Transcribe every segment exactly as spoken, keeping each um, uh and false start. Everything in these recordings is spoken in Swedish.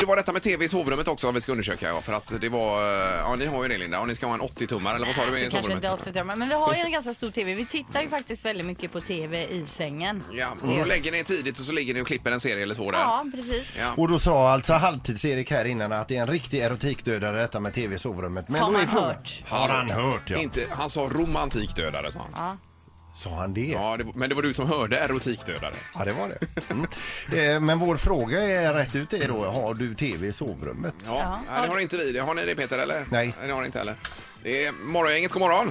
det var detta med tv i sovrummet också vi ska undersöka. Ja, för att det var, ja ni har ju det Linda, och ni ska ha en åttio-tummare eller vad sa du i kanske sovrummet? inte åttio-tummare, men vi har ju en ganska stor tv. Vi tittar ju faktiskt väldigt mycket på tv i sängen. Ja, och då lägger ni tidigt och så ligger ni och klipper en serie eller två där. Ja, precis. Ja. Och då sa alltså halvtids-Erik här innan att det är en riktig erotikdödare detta med tv i sovrummet. Men Har då man är frågan, hört? Har han hört, ja. Inte, han sa romantikdödare, sa han. Ja. Sa han det? Ja, det, men det var du som hörde erotikdödare. Ja, det var det. Mm. Eh, men vår fråga är rätt ut är då, har du tv i sovrummet? Ja, Ja. Nej, det har inte vi. Har ni det Peter eller? Nej. Det har ni inte heller. Det är morgongänget, god morgon.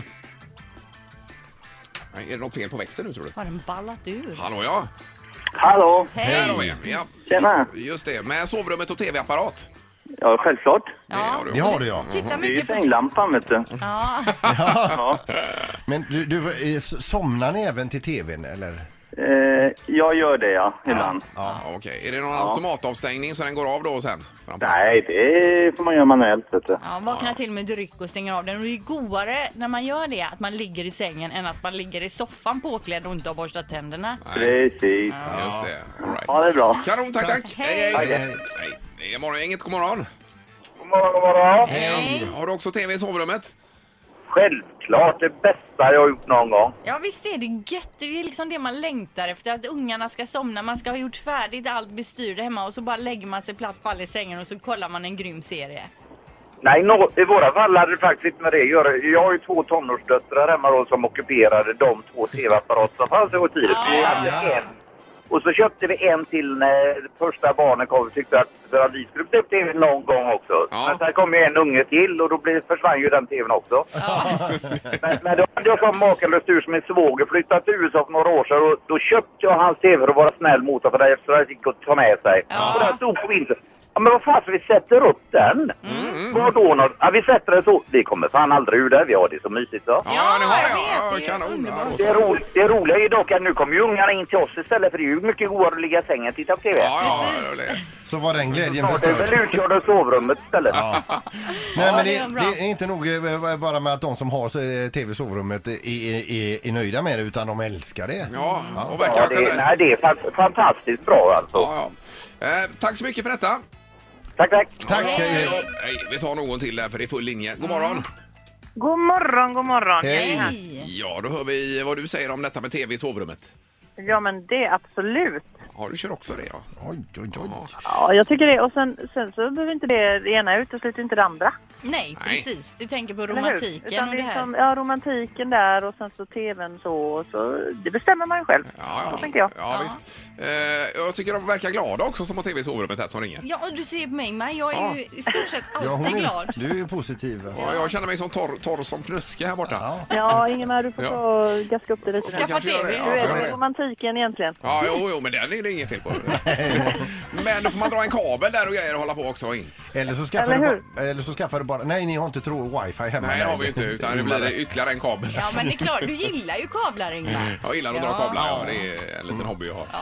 Nej, är det något fel på växeln nu tror du? Har den ballat ur? Hallå ja. Hallå, Här har vi. Ja, tjena. just det. Med sovrummet och tv-apparat. Ja, självklart. Det har du. Det har du, ja. Titta Det är ju mycket på... sänglampan, vet du. Ja. Ja. Men du, du eh, somnar ni även till tvn, eller? Eh, jag gör det, ja, ibland. Ja, okej. Är det någon automatavstängning så den går av då sen? Frampå? Nej, det får man göra manuellt, vet du. Ja, vaknar till med dryck och stänger av den. Och det är godare när man gör det att man ligger i sängen än att man ligger i soffan påklädd och inte har borstat tänderna. Precis. Just det. All right. Ja, det är bra. Kanon, tack, tack. Hej. Hej, hej. Hej. Det är morgongänget, god morgon. God morgon, god morgon. Hej. Har du också tv i sovrummet? Självklart, det bästa jag har gjort någon gång. Ja, visst är det gött. Det är liksom det man längtar efter. Att ungarna ska somna. Man ska ha gjort färdigt allt bestyr hemma och så bara lägger man sig platt fall i sängen och så kollar man en grym serie. Nej, no, i våra fall hade det faktiskt inte med det att göra. Jag har ju två tonårsdöttrar hemma då som ockuperade de två tv-apparater som fanns så tidigt. Vi hade en. Och så köpte vi en till när första barnen kom och tyckte att, för att vi skulle upp tvn någon gång också. Ja. Men sen kom ju en unge till och då blev, försvann ju den tvn också. men, men då hade jag som makalöst ur som en svåger flyttat till U S A för några år sedan och då köpte jag hans tv för att vara snäll mot honom för det efter att det gick att ta med sig. Ja. Och den stod på vintern. Ja, men vad fan så vi sätter upp den? Mm. Vad då? Något? Ja, vi sätter det så. Vi kommer fan aldrig ur det. Vi har det så mysigt så. Ja, Ja, ni har jag det. vet, Ja, det är kanon. underbart. Ja, Det, är ro, det är roliga är dock att nu kommer ju ungarna in till oss istället för det är ju mycket godare att ligga i sängen och titta på tv. Ja, ja, det är det. Så var den glädjen Snart är förstörd. väl utkörda i sovrummet istället. Nej, Ja, men det det, är bra. det är inte nog eh, bara med att de som har eh, tv i sovrummet är, är, är, är nöjda med det, utan de älskar det. Ja, och Ja, verkar det, generellt. nej, det är fan- fantastiskt bra alltså. Ja, ja. Eh, tack så mycket för detta. Tack, tack. Tack. Ja, Hej. hej då. Nej, vi tar någon till där för det är full linje. God morgon. God morgon, god morgon. Hej. Hej. Ja, då hör vi vad du säger om detta med tv i sovrummet. Ja, men det är absolut. Ja, du kör också det, ja. Oj, oj, oj. Ja. Ja, jag tycker det. Och sen, sen så behöver inte det, det ena utesluta inte det andra. Nej, Nej. precis. Du tänker på Eller hur? romantiken Utan och det här. liksom, ja, romantiken där och sen så tvn så. Och så det bestämmer man själv. Ja, ja. Så tänker jag. Ja, Ja. visst. Eh, jag tycker de verkar glada också som har tv i sovrummet här som ringer. Ja, och du ser på mig, men jag är Ja. ju i stort sett Ja, hon alltid är, glad. du är ju positiv. Alltså. Ja, jag känner mig som torr, torr som fnöske här borta. Ja, Ja. Ja, Ingemar, du får Ja. ta och gaska upp det lite. Skaffa kanske gör det. tv. Ja, Du för är det. med romantiken egentligen. ja jo, jo, men den är det inget fel på. Men då får man dra en kabel där och grejer och hålla på också in. Eller, så skaffar Eller du hur? bara, eller så skaffar du bara... Nej, ni har inte tro wifi hemma. Nej, det har vi ju inte, utan det blir det ytterligare en kabel. Ja, men det är klart, du gillar ju kablar, Ingmar. Jag gillar att dra Ja. kablar, ja. Det är en liten hobby jag har.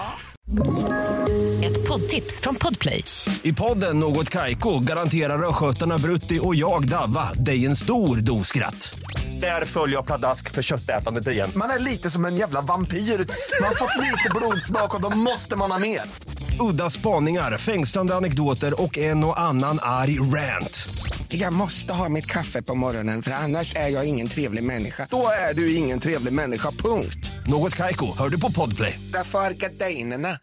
Ett poddtips från Podplay. I podden Något Kaiko garanterar östgötarna Brutti och jag Davva dig en stor dos skratt. Där följer jag pladask för köttätandet igen. Man är lite som en jävla vampyr. Man har fått lite blodsmak och då måste man ha mer. Udda spaningar, fängslande anekdoter och en och annan arg rant. Jag måste ha mitt kaffe på morgonen för annars är jag ingen trevlig människa. Då är du ingen trevlig människa, punkt. Något Kaiko, hör du på Podplay. Därför är gardinerna.